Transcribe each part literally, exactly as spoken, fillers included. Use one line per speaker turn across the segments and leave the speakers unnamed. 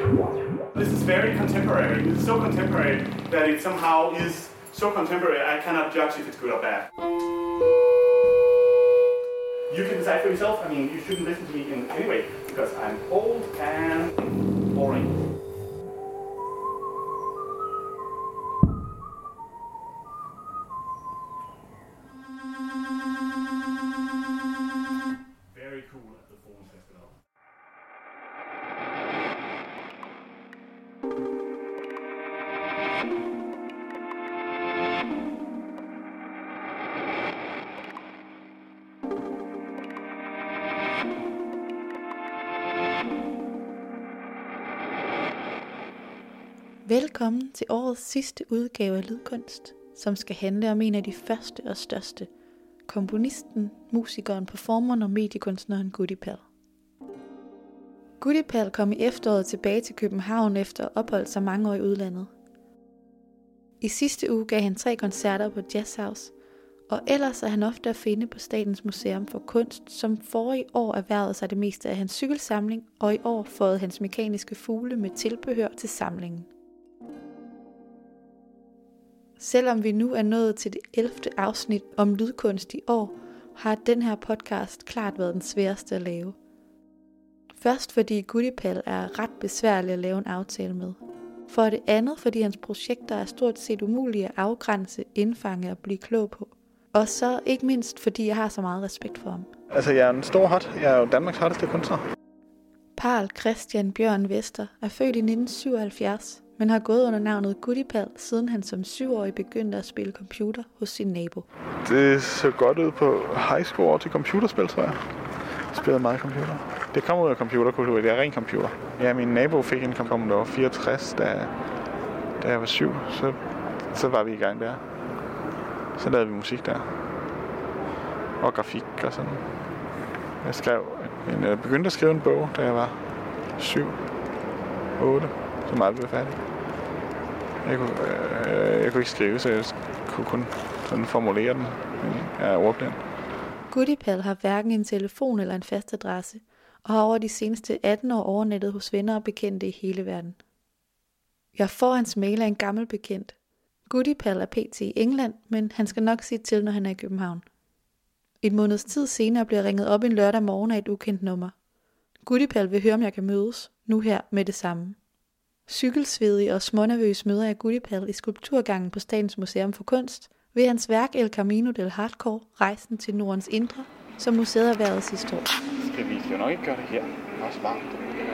This is very contemporary. It's so contemporary that it somehow is so contemporary I cannot judge if it's good or bad. You can decide for yourself. I mean, you shouldn't listen to me in any way because I'm old and boring. Very cool at the Forum Festival.
Velkommen til årets sidste udgave af Lydkunst, som skal handle om en af de første og største, komponisten, musikeren, performeren og mediekunstneren Goody Pell. Goody Pell kom i efteråret tilbage til København efter at opholde sig mange år i udlandet. I sidste uge gav han tre koncerter på Jazz House, og ellers er han ofte at finde på Statens Museum for Kunst, som forrige år erhvervede sig det meste af hans cykelsamling, og i år fåede hans mekaniske fugle med tilbehør til samlingen. Selvom vi nu er nået til det ellevte afsnit om lydkunst i år, har den her podcast klart været den sværeste at lave. Først fordi Goody Pell er ret besværlig at lave en aftale med. For det andet fordi hans projekter er stort set umulige at afgrænse, indfange og blive klog på. Og så ikke mindst fordi jeg har så meget respekt for ham.
Altså jeg er en stor hot. Jeg er jo Danmarks hotteste kunstner.
Parl Christian Bjørn Vester er født i nitten syvoghalvfjerds, men har gået under navnet Goody Pell, siden han som syvårig begyndte at spille computer hos sin nabo.
Det så godt ud på high score til computerspil, tror jeg. Jeg spillede meget computer. Det kom ud af computerkultur, det er ren computer. Ja, min nabo fik en Commodore fireogtres, da, da jeg var syv. Så, så var vi i gang der. Så lavede vi musik der. Og grafik og sådan. Jeg skrev, jeg begyndte at skrive en bog, da jeg var syv, otte. Så meget blev færdig. Jeg kunne, øh, jeg kunne ikke skrive, så jeg kunne kun sådan formulere den. Jeg er ordblind.
Goody Pell har hverken en telefon eller en fast adresse, og har over de seneste atten år overnettet hos venner og bekendte i hele verden. Jeg får hans mail af en gammel bekendt. Goody Pell er pt. i England, men han skal nok sige til, når han er i København. Et måneds tid senere bliver jeg ringet op en lørdag morgen af et ukendt nummer. Goody Pell vil høre, om jeg kan mødes, nu her med det samme. Cykelsvedig og smånervøs møder jeg Goody Pell i skulpturgangen på Statens Museum for Kunst ved hans værk El Camino del Hardcore, rejsen til Nordens indre, som museet erhvervede sidste år.
Skal vi jo nok ikke gøre det her? Det er også varmt.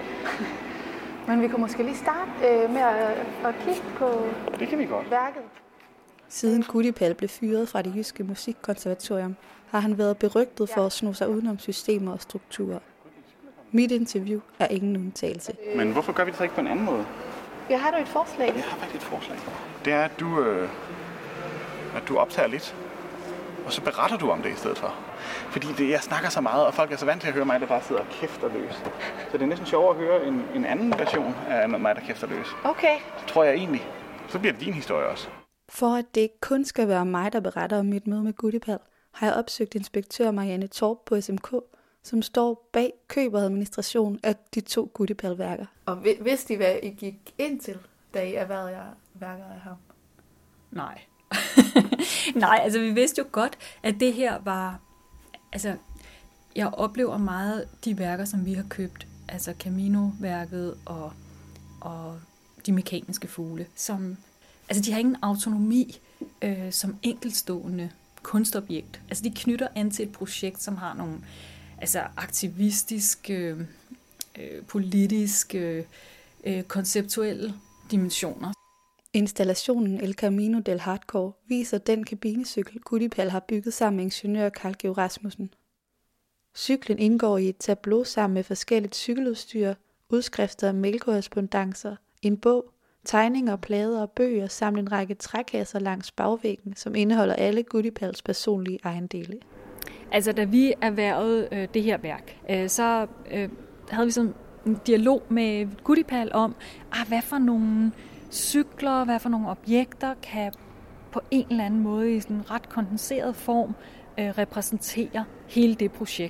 Men vi kan måske lige starte øh, med at, at kigge på
det kan vi godt.
Værket. Siden Goody Pell blev fyret fra det jyske musikkonservatorium, har han været berygtet for at sno sig udenom systemer og strukturer. Mit interview er ingen undtagelse.
Men hvorfor gør vi det så ikke på en anden måde?
Jeg har du et forslag?
Jeg har faktisk et forslag. Det er, at du, øh, at du optager lidt, og så beretter du om det i stedet for. Fordi det, jeg snakker så meget, og folk er så vant til at høre mig, der bare sidder og kæfter løs. Så det er næsten sjovere at høre en, en anden version af mig, der kæfter løs.
Okay.
Det tror jeg egentlig. Så bliver det din historie også.
For at det ikke kun skal være mig, der beretter om mit møde med Goody Pell, har jeg opsøgt inspektør Marianne Torp på S M K, som står bag køb og administration af de to Goody Pell-værker. Og vidste I, hvad I gik ind til, da I erhvervede jer værker af ham?
Nej. Nej, altså vi vidste jo godt, at det her var... Altså, jeg oplever meget de værker, som vi har købt. Altså Camino-værket og, og de mekaniske fugle. Som, altså de har ingen autonomi øh, som enkeltstående kunstobjekt. Altså de knytter an til et projekt, som har nogle... altså aktivistiske, øh, politiske, øh, konceptuelle dimensioner.
Installationen El Camino del Hardcore viser den kabinecykel, Goody Pell har bygget sammen med ingeniør Carl Georg Rasmussen. Cyklen indgår i et tableau sammen med forskelligt cykeludstyr, udskrifter, mailkorrespondancer, en bog, tegninger, plader og bøger samt en række trækasser langs bagvæggen, som indeholder alle Goody Pells personlige ejendele.
Altså, da vi erhvervede øh, det her værk, øh, så øh, havde vi sådan en dialog med Goody Pell om, ah, hvad for nogle cykler, hvad for nogle objekter kan på en eller anden måde i sådan en ret kondenseret form øh, repræsentere hele det projekt,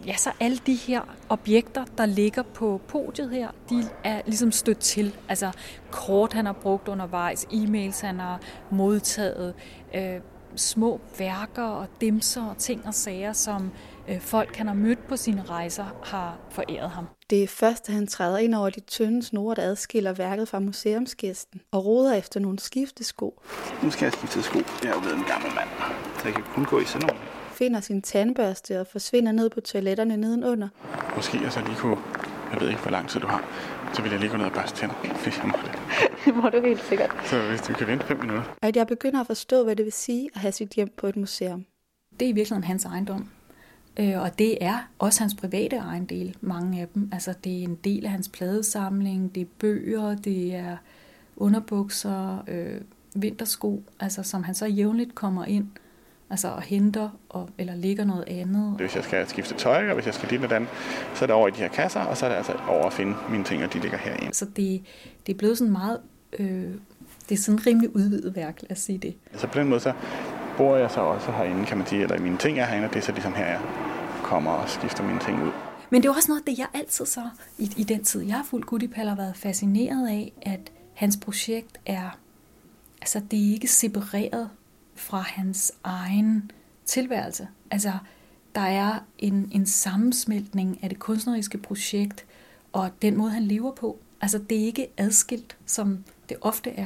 ja, så alle de her objekter, der ligger på podiet her, de er ligesom stødt til. Altså kort, han har brugt undervejs, e-mails, han har modtaget, øh, små værker og dimser og ting og sager, som øh, folk, han har mødt på sine rejser, har foræret ham.
Det er først, da han træder ind over de tynde snore, der adskiller værket fra museumsgæsten, og roder efter nogle skiftesko.
Nu skal jeg skifte sko. Jeg er jo blevet en gammel mand, så jeg kan kun gå i sådan nogle.
Finder sin tandbørste og forsvinder ned på toiletterne nedenunder.
Måske jeg så lige kunne, jeg ved ikke, hvor lang tid du har, så vil jeg lige gå ned og børste tænder, hvis jeg må det.
Det må du helt sikkert.
Så hvis du kan vente fem minutter.
At jeg begynder at forstå, hvad det vil sige at have sit hjem på et museum.
Det er i virkeligheden hans ejendom. Og det er også hans private ejendel, mange af dem. Altså det er en del af hans pladesamling, det er bøger, det er underbukser, øh, vintersko, altså som han så jævnligt kommer ind altså og henter, og, eller ligger noget andet.
Hvis jeg skal skifte tøj, og hvis jeg skal dit og andet, så er det over i de her kasser, og så er det altså over at finde mine ting, og de ligger herinde.
Så det, det er blevet sådan meget, øh, det er sådan rimelig udvidet værk, lad os sige det.
Så på den måde, så bor jeg så også herinde, kan man sige, eller mine ting er herinde, og det er så ligesom her, jeg kommer og skifter mine ting ud.
Men det er også noget, det jeg altid så, i, i den tid, jeg har fulgt Goodiepal, har været fascineret af, at hans projekt er, altså det er ikke separeret fra hans egen tilværelse. Altså, der er en, en sammensmeltning af det kunstneriske projekt, og den måde, han lever på. Altså, det er ikke adskilt, som det ofte er.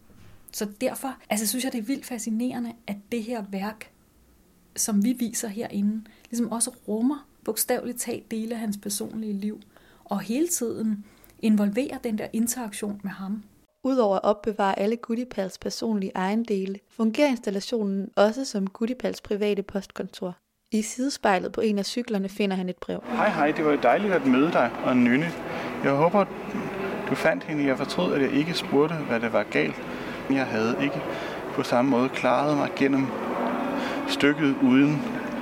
Så derfor, altså, synes jeg, det er vildt fascinerende, at det her værk, som vi viser herinde, ligesom også rummer bogstaveligt talt dele af hans personlige liv, og hele tiden involverer den der interaktion med ham.
Udover at opbevare alle Goodiepals personlige ejendele, fungerer installationen også som Goodiepals private postkontor. I sidespejlet på en af cyklerne finder han et brev.
Hej hej, det var dejligt at møde dig og nynne. Jeg håber, du fandt hende. Jeg fortrød, at jeg ikke spurgte, hvad det var galt. Jeg havde ikke på samme måde klaret mig gennem stykket uden.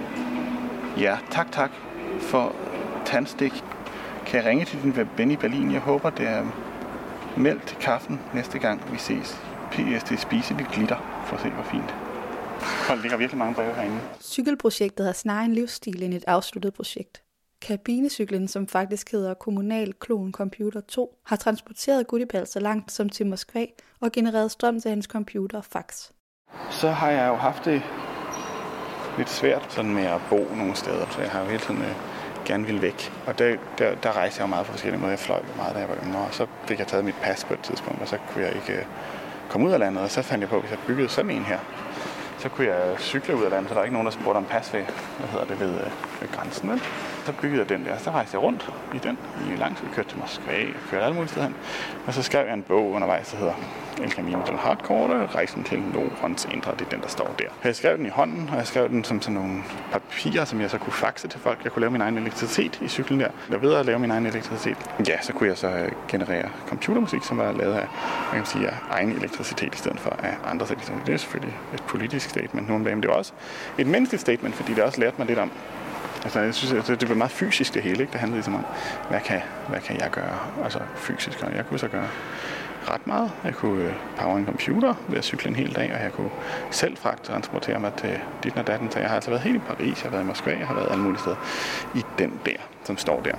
Ja, tak tak for tandstik. Kan jeg ringe til din ven i Berlin? Jeg håber, det er mælk til kaffen næste gang vi ses. P S det spiseligt glitter, for at se hvor fint. Der ligger virkelig mange breve herinde.
Cykelprojektet har snarere en livsstil end et afsluttet projekt. Kabinecyklen, som faktisk hedder Kommunal Klon Computer to, har transporteret Goodiepal så langt som til Moskva og genereret strøm til hans computer og fax.
Så har jeg jo haft det lidt svært sådan med at bo nogle steder, så jeg har jo hele tiden øh, gerne ville væk. Og der, der, der rejste jeg jo meget på forskellige måder. Jeg fløj meget, da jeg var yngre, og så fik jeg taget mit pas på et tidspunkt, og så kunne jeg ikke øh, komme ud af landet, og så fandt jeg på, at hvis jeg byggede sådan en her, så kunne jeg cykle ud af landet, så der er ikke nogen, der spurgte om pas ved, hvad hedder det, ved, ved grænsen, vel? Så byggede jeg den der, så rejste jeg rundt i den, i lang tid, kørte til Moskva, og kørte alle mulige steder hen. Og så skrev jeg en bog undervejs, der hedder El Camino del Hardcore, Rejsen til Nordens Indre, det er den, der står der. Jeg skrev den i hånden, og jeg skrev den som sådan nogle papirer, som jeg så kunne faxe til folk. Jeg kunne lave min egen elektricitet i cyklen der. Jeg ved at lave min egen elektricitet. Ja, så kunne jeg så generere computermusik, som var lavet af, man kan sige, af egen elektricitet i stedet for af andres elektricitet. Det er selvfølgelig et politisk statement nogle dage, men det var også et menneskeligt statement, fordi det også lærte mig lidt om. Altså, jeg synes, at det blev meget fysisk det hele, ikke? Det handlede ligesom om, hvad kan, hvad kan jeg gøre, altså fysisk, og jeg kunne så gøre ret meget. Jeg kunne power en computer ved at cykle en hel dag, og jeg kunne selv fragt transportere mig til dit og datten, så jeg har altså været helt i Paris, jeg har været i Moskva, jeg har været alle mulige steder i den der, som står der.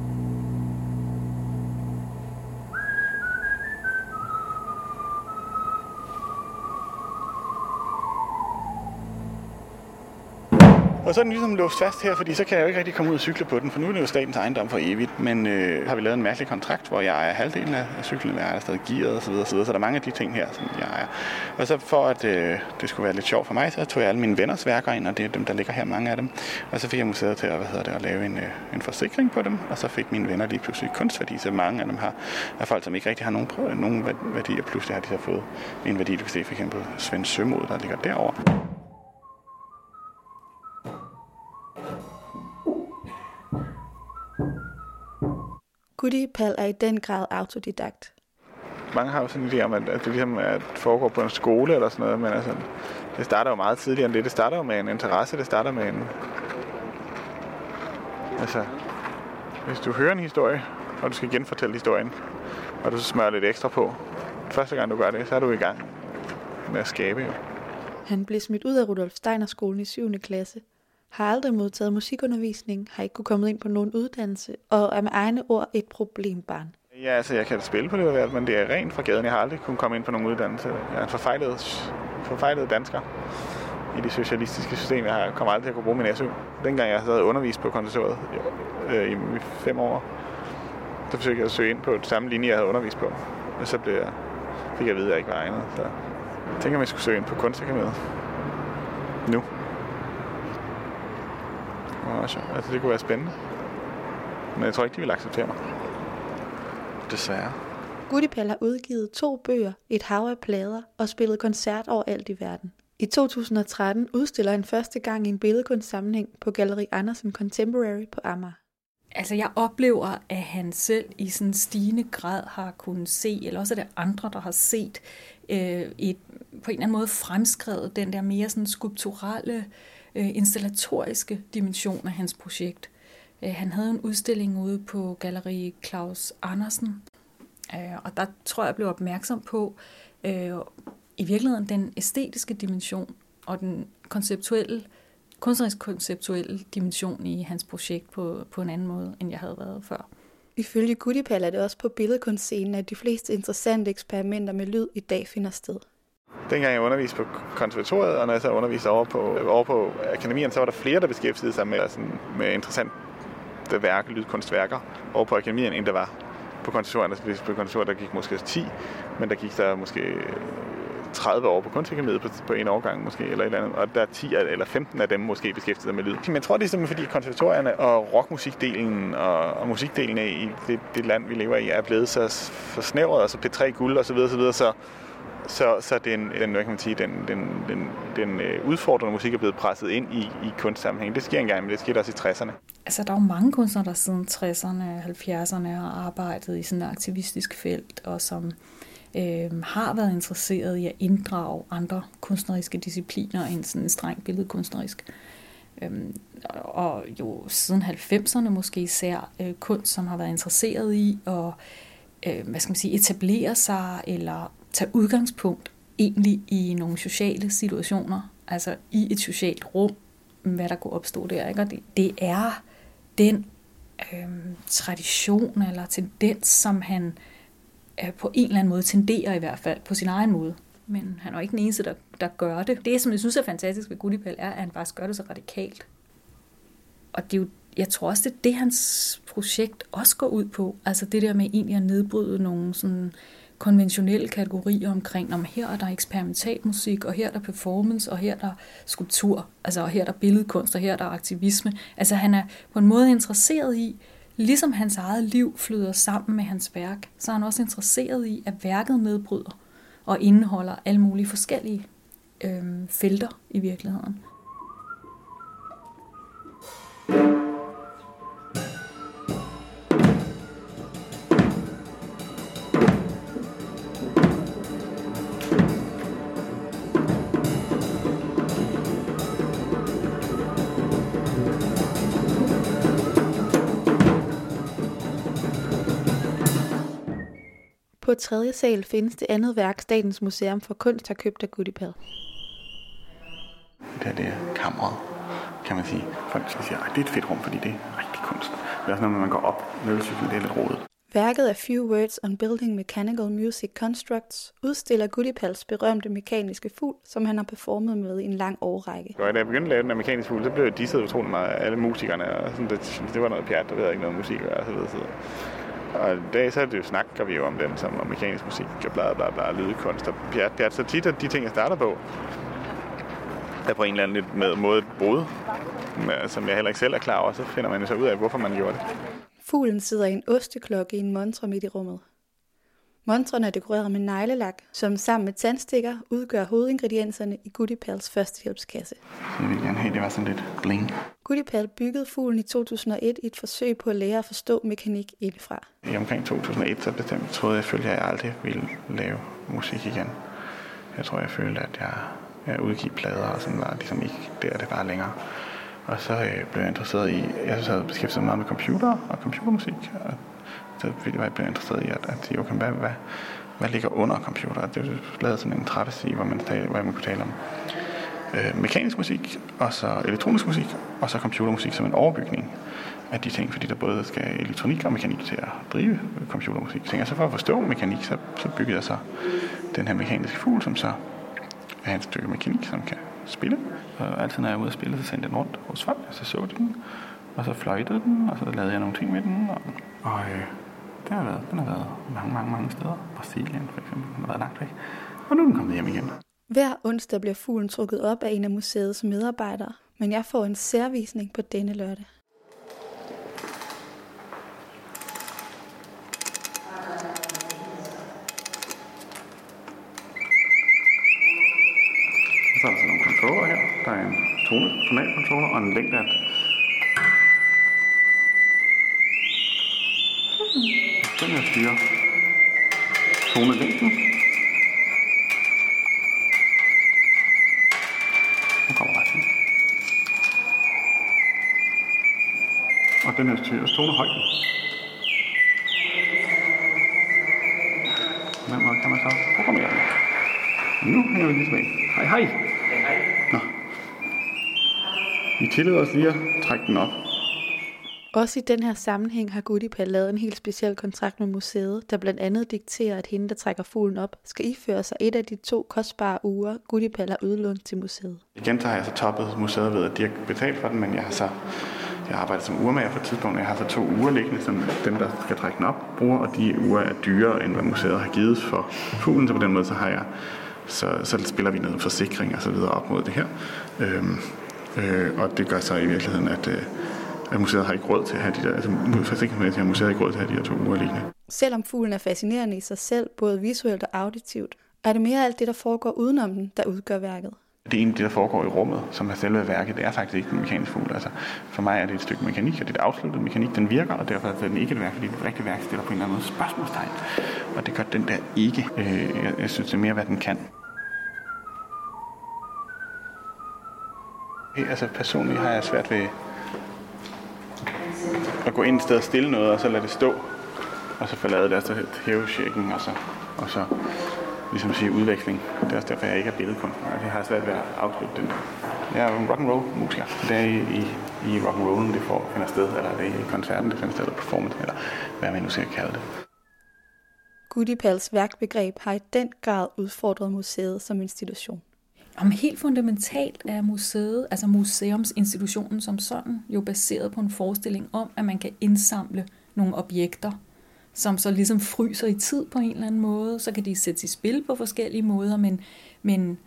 Og så er den ligesom låst fast her, fordi så kan jeg jo ikke rigtig komme ud og cykle på den, for nu er det jo statens ejendom for evigt. Men øh, har vi lavet en mærkelig kontrakt, hvor jeg ejer halvdelen af cyklen, jeg er stadig gearet osv. osv. Så der er mange af de ting her, som jeg ejer. Og så for at øh, det skulle være lidt sjovt for mig, så tog jeg alle mine venners værker ind, og det er dem, der ligger her, mange af dem. Og så fik jeg museet til at, hvad hedder det, at lave en, øh, en forsikring på dem, og så fik mine venner lige pludselig kunstværdi, så mange af dem har er folk, som ikke rigtig har nogen, nogen værdi, og pludselig har de så fået en værdi. Du kan se for eksempel Svend Sømod, der ligger derovre.
Goodiepal er i den grad autodidakt.
Mange har jo sådan en idé om, at det ligesom at foregår på en skole eller sådan noget, men altså, det starter jo meget tidligere end det. Det starter jo med en interesse, det starter med en... Altså, hvis du hører en historie, og du skal genfortælle historien, og du så smører lidt ekstra på, første gang du gør det, så er du i gang med at skabe jo.
Han blev smidt ud af Rudolf Steiner skolen i syvende klasse, har aldrig modtaget musikundervisning, har ikke kunne komme ind på nogen uddannelse, og er med egne ord et problembarn.
Ja, altså jeg kan spille på det, men det er rent fra gaden. Jeg har aldrig kunnet komme ind på nogen uddannelse. Jeg er en forfejlet, forfejlet dansker i det socialistiske system. Jeg kommer aldrig til at kunne bruge min S U. Dengang jeg havde undervist på konservatoriet øh, i fem år, så forsøgte jeg at søge ind på den samme linje, jeg havde undervist på. Og så blev jeg, fik jeg at vide, at jeg ikke var egnet. Så jeg tænker, at jeg skulle søge ind på Kunstakademiet nu. Altså, det kunne være spændende. Men jeg tror ikke, de vil acceptere mig. Desværre.
Goodiepal har udgivet to bøger, et hav af plader og spillet koncert overalt i verden. I to tusind og tretten udstiller han første gang i en billedkunstsammenhæng på Galleri Andersen Contemporary på Amager.
Altså jeg oplever, at han selv i sådan stigende grad har kunnet se, eller også er det andre, der har set, øh, et, på en eller anden måde fremskrevet den der mere sådan skulpturelle, øh, installatoriske dimension af hans projekt. Øh, han havde en udstilling ude på Galleri Claus Andersen, øh, og der tror jeg, jeg blev opmærksom på øh, i virkeligheden den æstetiske dimension og den konceptuelle kunstnerisk-konceptuelle dimension i hans projekt på, på en anden måde, end jeg havde været før.
Ifølge Goodiepal er det også på billedkunstscenen, at de fleste interessante eksperimenter med lyd i dag finder sted.
Dengang jeg underviste på konservatoriet, og når jeg så underviste over på, over på akademien, så var der flere, der beskæftigede sig med, sådan, med interessante værker, lydkunstværker over på akademien, end der var på konservatoriet. Altså, på konservatoriet der gik måske ti, men der gik der måske tredive år på Kunstakademiet på, på en årgang måske, eller et eller andet, og der er ti eller femten af dem måske beskæftiget sig med lyd. Men jeg tror, det er simpelthen fordi konservatorierne og rockmusikdelen og, og musikdelen af i det, det land, vi lever i, er blevet så forsnævret, og så P tre guld og så videre, så videre, så så, så den, den, hvad kan man sige, den, den, den, den udfordrende musik er blevet presset ind i, i kunstsammenhæng. Det sker engang, men det sker også i tresserne.
Altså, der er jo mange kunstnere, der siden tresserne og halvfjerdserne har arbejdet i sådan et aktivistisk felt, og som øh, har været interesseret i at inddrage andre kunstneriske discipliner end sådan en streng billedkunstnerisk. Øhm, og jo siden halvfemserne måske især øh, kunst, som har været interesseret i at øh, hvad skal man sige, etablere sig eller tage udgangspunkt egentlig i nogle sociale situationer, altså i et socialt rum, hvad der kunne opstå der. Ikke? Og det, det er den øh, tradition eller tendens, som han øh, på en eller anden måde tenderer i hvert fald på sin egen måde. Men han er jo ikke den eneste, der, der gør det. Det, som jeg synes er fantastisk ved Goodiepal, er, at han faktisk gør det så radikalt. Og det er jo, jeg tror også, det er det, hans projekt også går ud på. Altså det der med egentlig at nedbryde nogle sådan konventionelle kategorier omkring, om her er der eksperimentalmusik, og her er der performance, og her er der skulptur, altså og her er der billedkunst, og her er der aktivisme. Altså han er på en måde interesseret i, ligesom hans eget liv flyder sammen med hans værk, så er han også interesseret i, at værket nedbryder og indeholder alle mulige forskellige øh, felter i virkeligheden.
På tredje sal findes det andet værk, Statens Museum for Kunst har købt af Goodiepal.
Det her, det er kammeret, kan man sige. Folk skal sige, at det er et fedt rum, fordi det er rigtig kunst. Det er også noget, når man går op med cyklen, det er lidt rodet.
Værket af Few Words on Building Mechanical Music Constructs udstiller Goodiepals berømte mekaniske fugl, som han har performet med i en lang årrække.
Da jeg begyndte at lave den af mekaniske fugl, så blev jeg disset utrolig meget af alle musikerne. Og sådan, det, det var noget pjat, der ved jeg ikke noget musik og så videre. Så. Og i dag så er det jo, snakker vi jo om dem som om mekanisk musik og bla bla bla, lydkunst og pjat, pjat. Så tit er de ting, jeg starter på, er på en eller anden lidt med måde brud, som jeg heller ikke selv er klar over. Så finder man jo så ud af, hvorfor man gjorde det.
Fuglen sidder i en osteklokke i en montre midt i rummet. Montren er dekoreret med neglelak, som sammen med tandstikker udgør hovedingredienserne i Goodiepals førstehjælpskasse.
Jeg ville gerne have, det var sådan lidt bling.
Goodiepal byggede fuglen i to tusind og et i et forsøg på at lære at forstå mekanik indefra.
I omkring to tusind og et så bestemt troede jeg, følte, at jeg aldrig ville lave musik igen. Jeg tror, jeg følte, at jeg, jeg udgive plader og sådan var ligesom ikke der, det var længere. Og så øh, blev jeg interesseret i, jeg synes, jeg havde beskæftiget meget med computer og computermusik. Og så blev jeg interesseret i at, at sige, okay, hvad, hvad, hvad ligger under computer? Det lavede sådan en travesti, hvor man, hvor man kunne tale om øh, mekanisk musik, og så elektronisk musik, og så computermusik som en overbygning af de ting, fordi der både skal elektronik og mekanik til at drive computermusik. Så altså for at forstå mekanik, så, så byggede jeg så den her mekaniske fugl, som så er et stykke mekanik, som kan spille. Og altid når jeg er ude at spille, så sendte jeg den rundt hos folk, og så så de den, og så fløjtede den, og så lavede jeg nogle ting med den. Og, og øh, den, har været, den har været mange, mange, mange steder. Brasilien for eksempel, den har været langt væk. Og nu er den kommet hjem igen.
Hver onsdag bliver fuglen trukket op af en af museets medarbejdere, men jeg får en særvisning på denne lørdag.
Så er der sådan nogle controller her. Der er en tone, tonalcontroller og en længde. Den her styrer tonelængden. Nu kommer resten. Og den her styrer tonehøjden. På den måde kan man så programmere den. Nu hænger vi lige tilbage. Hej hej. Hej hej. Nå. Vi tillader os lige at trække den op.
Også i den her sammenhæng har Goodiepal lavet en helt speciel kontrakt med museet, der blandt andet dikterer, at hende, der trækker fuglen op, skal iføre sig et af de to kostbare uger, Goodiepal har udlånt til museet.
Igen så har jeg så toppet museet ved, at de har betalt for den, men jeg har så jeg har arbejdet som urmager på et tidspunkt. Jeg har så to uger liggende, som dem, der skal trække den op, bruger, og de uger er dyrere, end hvad museet har givet for fuglen, så på den måde så har jeg Så, så spiller vi noget forsikring og så videre op mod det her. Øhm, øh, og det gør så i virkeligheden, at, øh, at museet har ikke råd til at have de der, altså forsikringsmæssigt har museet ikke råd til at have de her to uger liggende.
Selvom fuglen er fascinerende i sig selv, både visuelt og auditivt, er det mere alt det, der foregår udenom den, der udgør værket.
Det er egentlig det, der foregår i rummet, som er selve værket. Det er faktisk ikke en mekanisk fugl. Altså, for mig er det et stykke mekanik, og det er et afsluttet mekanik. Den virker, og derfor er den ikke et værk, fordi det rigtige værk stiller på en eller anden måde spørgsmålstegn. Og det gør den der ikke. Øh, jeg, jeg synes, det er mere, hvad den kan. Altså personligt har jeg svært ved at gå ind et sted og stille noget, og så lade det stå, og så forlade det, og så hæve checken, og så, og så ligesom sige udveksling. Det er også derfor, jeg ikke er billedkunstner. Jeg har svært ved at afslutte den. Jeg er jo en rock'n'roll musiker. Det er i, i, i rock'n'rollen, det får, finder sted, eller det er i koncerten, det finder sted, eller performance, eller hvad man nu skal kalde det.
Goodiepals værkbegreb har i den grad udfordret museet som institution.
Om helt fundamentalt er museet, altså museumsinstitutionen som sådan, jo baseret på en forestilling om, at man kan indsamle nogle objekter, som så ligesom fryser i tid på en eller anden måde. Så kan de sættes i spil på forskellige måder, men, men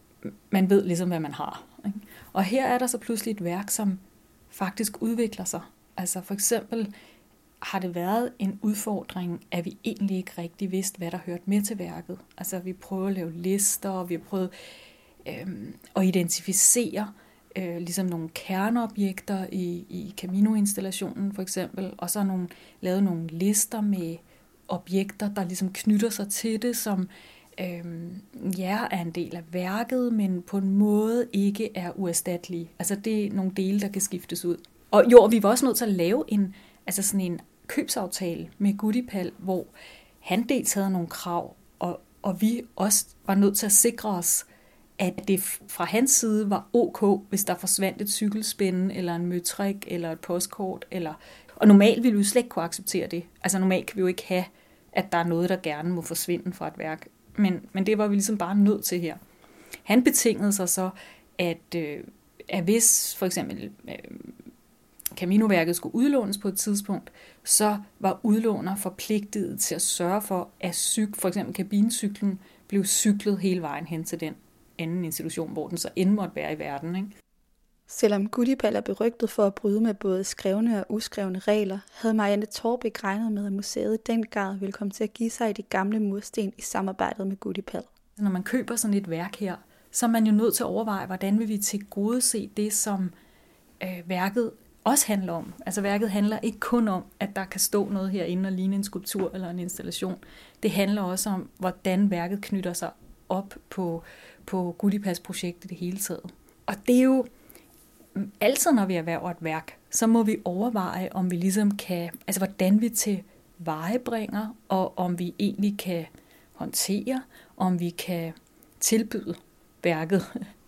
man ved ligesom, hvad man har. Ikke? Og her er der så pludselig et værk, som faktisk udvikler sig. Altså for eksempel har det været en udfordring, at vi egentlig ikke rigtig vidste, hvad der hørte med til værket. Altså vi prøvede at lave lister, og vi har prøvet øhm, at identificere øh, ligesom nogle kerneobjekter i, i Camino-installationen for eksempel, og så nogle, lavet nogle lister med objekter, der ligesom knytter sig til det, som øhm, ja, er en del af værket, men på en måde ikke er uerstattelige. Altså det er nogle dele, der kan skiftes ud. Og jo, vi var også nødt til at lave en, altså sådan en købsaftale med Goodiepal, hvor han dels havde nogle krav, og, og vi også var nødt til at sikre os, at det fra hans side var ok, hvis der forsvandt et cykelspænde, eller en møtrik, eller et postkort. Eller... Og normalt ville vi jo slet ikke kunne acceptere det. Altså normalt kan vi jo ikke have, at der er noget, der gerne må forsvinde fra et værk. Men, men det var vi ligesom bare nødt til her. Han betingede sig så, at, øh, at hvis for eksempel øh, Camino-værket skulle udlånes på et tidspunkt, så var udlåner forpligtet til at sørge for, at cyk, for eksempel kabincyklen blev cyklet hele vejen hen til den anden institution, hvor den så end måtte være i verden. Ikke?
Selvom Goodiepal er berygtet for at bryde med både skrevne og uskrevne regler, havde Marianne Torbæk regnet med, at museet i den grad ville komme til at give sig i de gamle mursten i samarbejdet med Goodiepal.
Når man køber sådan et værk her, så er man jo nødt til at overveje, hvordan vil vi tilgodese det, som øh, værket også handler om. Altså værket handler ikke kun om, at der kan stå noget herinde og ligne en skulptur eller en installation. Det handler også om, hvordan værket knytter sig op på, på Goodiepals projekt i det hele taget. Og det er jo altid, når vi erhverver et værk, så må vi overveje, om vi ligesom kan, altså hvordan vi til vejebringer, og om vi egentlig kan håndtere, om vi kan tilbyde værket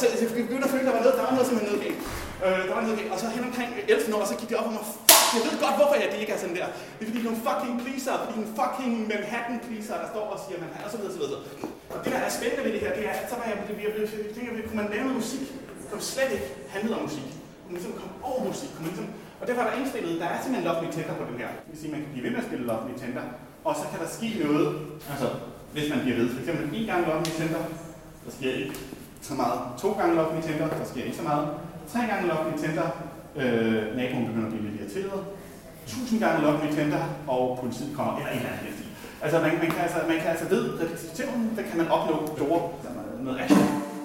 Altså, jeg begyndte at føle, der var noget, der var noget, som var noget galt. Øh, der var noget galt. Og så hen omkring elleve år, så gik det op for mig, fuck, jeg ved godt, hvorfor jeg det ikke er sådan der. Det er fordi, nogle fucking pleaser, fordi nogle fucking Manhattan pleaser, der står og siger Manhattan, og så videre, så videre. Og det, der er spændende ved det her, det er, at så var jeg, jeg, jeg, jeg tænker, kunne man lave noget musik, som slet ikke handlede om musik. Kunne man ligesom komme over musik, kunne man ligesom, og derfor er der indstillet, der er simpelthen Love Me Tender på den her. Det vil sige, man kan blive ved med at spille Love Me Tender, og så kan der ske noget, altså, hvis man bliver ved. For eksempel en gang Love Me Tender, der sker ikke så meget. To gange Love Me Tender, der sker ikke så meget. Tre gange Love Me Tender, øh, naboen begynder at blive lidt irriteret. Tusind gange Love Me Tender, og politiet kommer, eller en eller anden stil. Altså, man, man, kan altså, man kan altså ved repetitionen, der kan man opnå store, noget action.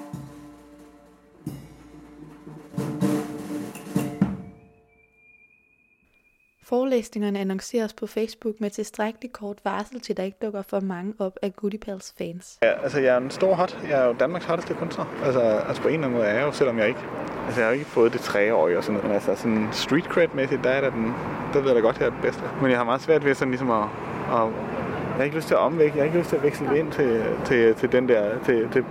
Forelæsningerne annonceres på Facebook med tilstrækkeligt kort varsel til, der ikke dukker for mange op af Goody Pals fans.
Ja, altså, jeg er en stor hot. Jeg er jo Danmarks hotteste kunstner. Altså, altså på en eller anden måde er jeg jo, selvom jeg ikke... Altså, jeg har jo ikke fået det treårige og sådan noget. Men altså, sådan street cred-mæssigt, der er der den... Der ved jeg da godt, jeg er det bedste. Men jeg har meget svært ved sådan ligesom at... at jeg har ikke lyst til at omvække. Jeg har ikke lyst til at veksle det ind til, til, til den der... Til, til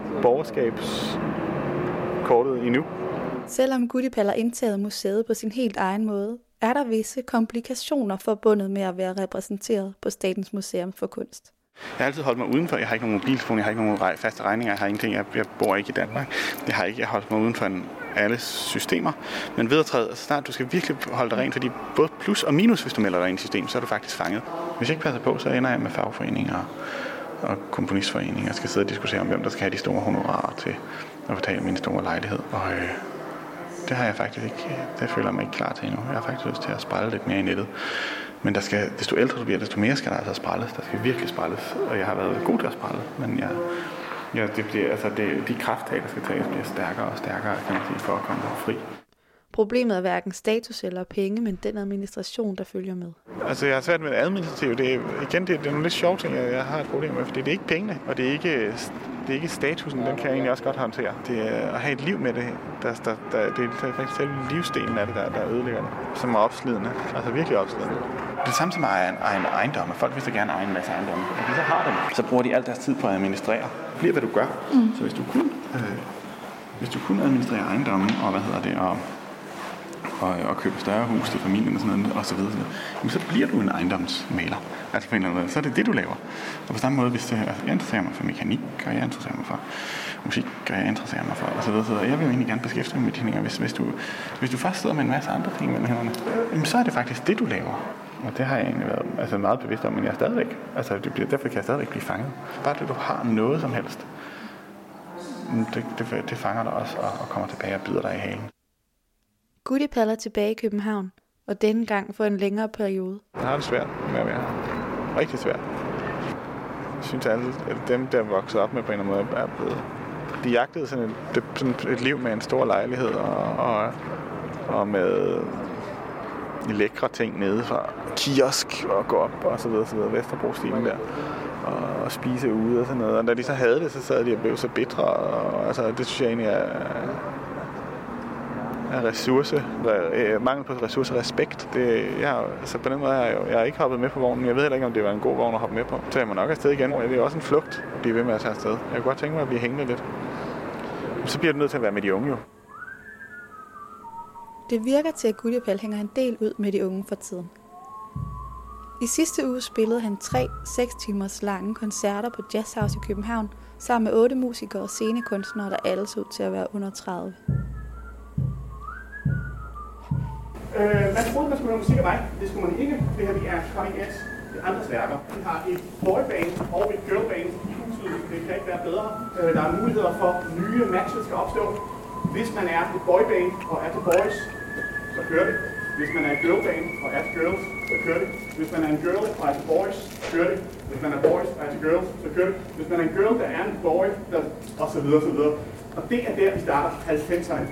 borgerskabskortet endnu. Selvom
Goody Pal har indtaget museet på sin helt egen måde, er der visse komplikationer forbundet med at være repræsenteret på Statens Museum for Kunst.
Jeg har altid holdt mig udenfor. Jeg har ikke nogen mobiltelefon, jeg har ikke nogen faste regninger, jeg har ingenting. Jeg, jeg bor ikke i Danmark. Jeg har ikke jeg har holdt mig uden for en, alle systemer. Men ved at træde, altså snart, du skal virkelig holde dig rent, fordi både plus og minus, hvis du melder dig ind i systemet, så er du faktisk fanget. Hvis jeg ikke passer på, så ender jeg med fagforeninger og komponistforeninger. Jeg skal sidde og diskutere om, hvem der skal have de store honorarer til at betale min store lejlighed. Og øh, det har jeg faktisk ikke, det føler jeg mig ikke klar til endnu. Jeg har faktisk lyst til at sprælle lidt mere i nettet. Men der skal, desto ældre du bliver, desto mere skal der altså sprælles. Der skal virkelig sprælles. Og jeg har været god til at sprælle, men jeg, ja, det bliver, altså det, de krafttag, der skal tages, bliver stærkere og stærkere, kan man sige, for at komme fri.
Problemet er hverken status eller penge, men den administration, der følger med.
Altså, jeg har svært med det administrative. Det er, igen, det er nogle lidt sjove ting, jeg har et problem med, fordi det er ikke pengene, og det er ikke, det er ikke statusen, den kan jeg egentlig også godt håndtere. Det er at have et liv med det. Der, der, der, det er faktisk selv livsdelen af det, der, der ødelægger det, som er opslidende. Altså virkelig opslidende. Det er samme som at eje en ejendom, og folk vil så gerne eje en masse ejendomme. Og hvis de så har dem, så bruger de al deres tid på at administrere. Det bliver, hvad du gør. Mm. Så hvis du kun, øh, hvis du kun administrerer ejendommen, og hvad hedder det, og Og, og købe større hus til familien og sådan noget, og så videre, så, videre. Så bliver du en ejendomsmaler. Altså på en eller anden måde, så er det det, du laver. Og på samme måde, hvis det, altså, jeg interesserer mig for mekanik, og jeg interesserer mig for musik, og jeg interesserer mig for, og så videre, så videre. Jeg vil jo egentlig gerne beskæftige mig med de ting, hvis, hvis, du, hvis du først sidder med en masse andre ting mellem hænderne, jamen, så er det faktisk det, du laver. Og det har jeg egentlig været altså, meget bevidst om, men jeg er stadigvæk, altså det bliver, derfor kan jeg stadigvæk blive fanget. Bare det, du har noget som helst, det, det, det fanger dig også, og, og kommer tilbage og bider dig i halen.
Goody Pal er tilbage i København, og denne gang for en længere periode.
Jeg har det svært med at være her. Rigtig svært. Jeg synes alle, at dem, der er vokset op med på en eller anden måde, er blevet... De jagtede sådan et, sådan et liv med en stor lejlighed, og, og, og med lækre ting nede fra kiosk og gå op og så videre, så videre, Vesterbro-stilen der, og, og spise ude og sådan noget. Og da de så havde det, så sad de og blev så bitre, og altså, det synes jeg egentlig er... ressource, mangel på ressourcer, respekt. Det, jeg, altså på den måde har jeg, jeg har ikke hoppet med på vognen. Jeg ved heller ikke, om det var en god vogn at hoppe med på. Så jeg må nok afsted igen. Det er også en flugt, at blive ved med at tage afsted. Jeg kunne godt tænke mig at blive hængende lidt. Så bliver det nødt til at være med de unge jo.
Det virker til, at Goody Pal hænger en del ud med de unge for tiden. I sidste uge spillede han tre seks timers lange koncerter på Jazz House i København, sammen med otte musikere og scenekunstnere, der alle så ud til at være under tredive.
Øh, man troede, man skulle høre musik af mig. Det skulle man ikke. Det her vi er Coming Edge. Det er andres værker. Vi har et boyband og et girlband i huset. Det kan ikke være bedre. Øh, der er muligheder for nye matches skal opstå. Hvis man er et boyband og er til boys, så kører det. Hvis man er et girlband og er til girls, så kører det. Hvis man er en girl og er til boys, så kører det. Hvis man er boys og er til girls, så kører det. Hvis man er en girl, der er en boy, der... og så videre, så videre. Og det er der, vi starter halvfemserne.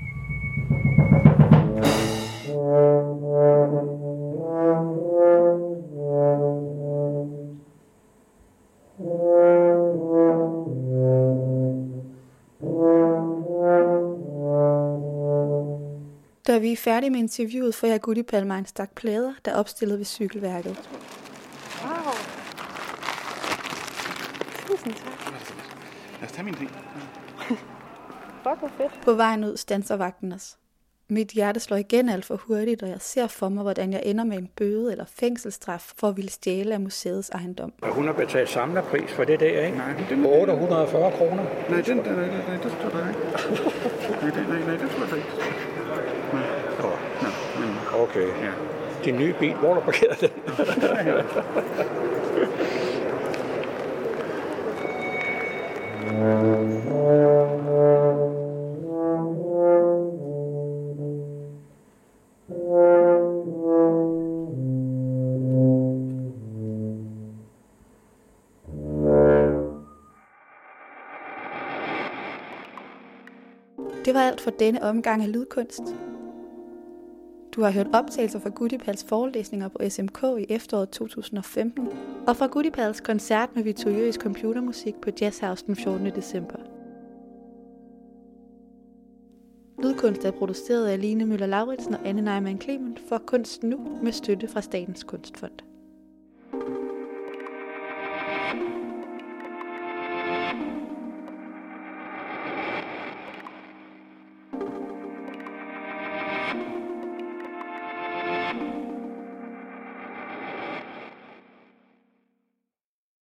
Da vi er færdige med interviewet, får jeg Goody Pal mig en stak plader, der er opstillet ved cykelværket.
Wow. Tusind tak. Lad os tage min ting.
fuck, hvor fedt. På vejen ud standser vagten os. Mit hjerte slår igen alt for hurtigt, og jeg ser for mig, hvordan jeg ender med en bøde eller fængselsstraf for at ville stjæle af museets ejendom.
Hun har betalt samlerpris for det der, ikke?
Nej, det
otte hundrede og fyrre kroner.
Nej, den, nej, nej, nej, det står der ikke. Nej, det, nej, nej, det står der ikke. Nej.
Nå.
Nå, men,
okay.
ja.
Din nye bil, hvor har du parkeret den?
Det var alt for denne omgang af lydkunst. Du har hørt optagelser fra Goodiepals forelæsninger på S M K i efteråret to tusind og femten, og fra Goodiepals koncert med virtuøs computermusik på Jazzhouse den fjortende december. Lydkunst er produceret af Line Møller Lauritsen og Anne Neumann Clement for Kunst Nu med støtte fra Statens Kunstfond.